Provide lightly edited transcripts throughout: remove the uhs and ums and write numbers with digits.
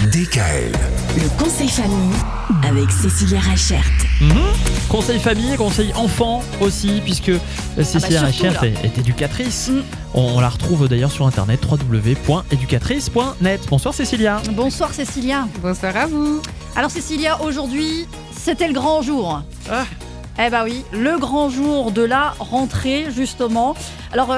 DKL. Le conseil famille avec Cécilia Rachert. Conseil famille, conseil enfant aussi, puisque Cécilia Rachert est éducatrice. On la retrouve d'ailleurs sur internet www.educatrice.net. Bonsoir Cécilia. Bonsoir Cécilia. Bonsoir à vous. Alors Cécilia, aujourd'hui, c'était le grand jour. Eh ben oui, le grand jour de la rentrée, justement. Alors,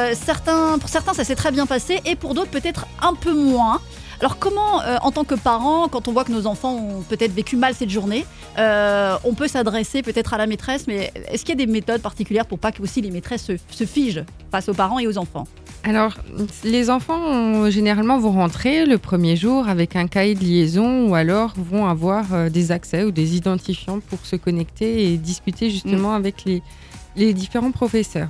pour certains, ça s'est très bien passé et pour d'autres, peut-être un peu moins. Alors, comment, en tant que parent, quand on voit que nos enfants ont peut-être vécu mal cette journée, on peut s'adresser peut-être à la maîtresse, mais est-ce qu'il y a des méthodes particulières pour pas que aussi les maîtresses se figent face aux parents et aux enfants ? Alors, les enfants généralement vont rentrer le premier jour avec un cahier de liaison ou alors vont avoir des accès ou des identifiants pour se connecter et discuter justement avec les différents professeurs.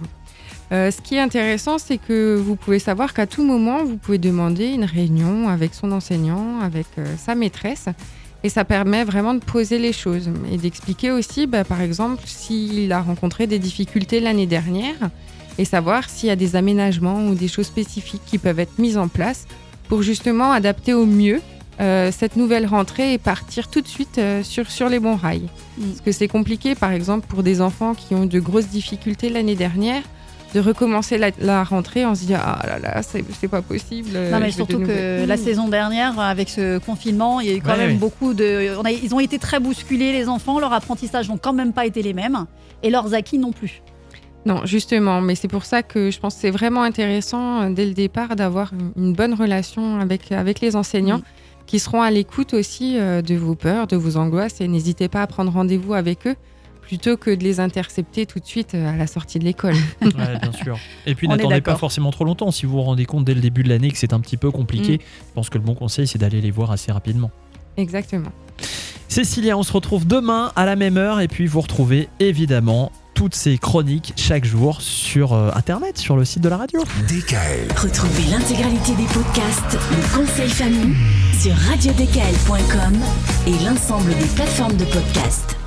Ce qui est intéressant, c'est que vous pouvez savoir qu'à tout moment, vous pouvez demander une réunion avec son enseignant, avec sa maîtresse. Et ça permet vraiment de poser les choses et d'expliquer aussi, par exemple, s'il a rencontré des difficultés l'année dernière et savoir s'il y a des aménagements ou des choses spécifiques qui peuvent être mises en place pour justement adapter au mieux cette nouvelle rentrée et partir tout de suite sur les bons rails. Parce que c'est compliqué, par exemple, pour des enfants qui ont eu de grosses difficultés l'année dernière, de recommencer la rentrée en se disant « Ah là là, c'est pas possible ». Non, mais surtout que la saison dernière, avec ce confinement, il y a eu quand même beaucoup de... Ils ont été très bousculés, les enfants. Leurs apprentissages n'ont quand même pas été les mêmes. Et leurs acquis non plus. Non, justement. Mais c'est pour ça que je pense que c'est vraiment intéressant, dès le départ, d'avoir une bonne relation avec les enseignants qui seront à l'écoute aussi de vos peurs, de vos angoisses. Et n'hésitez pas à prendre rendez-vous avec eux, plutôt que de les intercepter tout de suite à la sortie de l'école. Ouais, bien sûr. Et puis n'attendez pas forcément trop longtemps. Si vous vous rendez compte dès le début de l'année que c'est un petit peu compliqué, je pense que le bon conseil, c'est d'aller les voir assez rapidement. Exactement. Cécilia, on se retrouve demain à la même heure et puis vous retrouvez évidemment toutes ces chroniques chaque jour sur internet, sur le site de la radio. DKL. Retrouvez l'intégralité des podcasts Le conseil famille sur radiodkl.com et l'ensemble des plateformes de podcasts.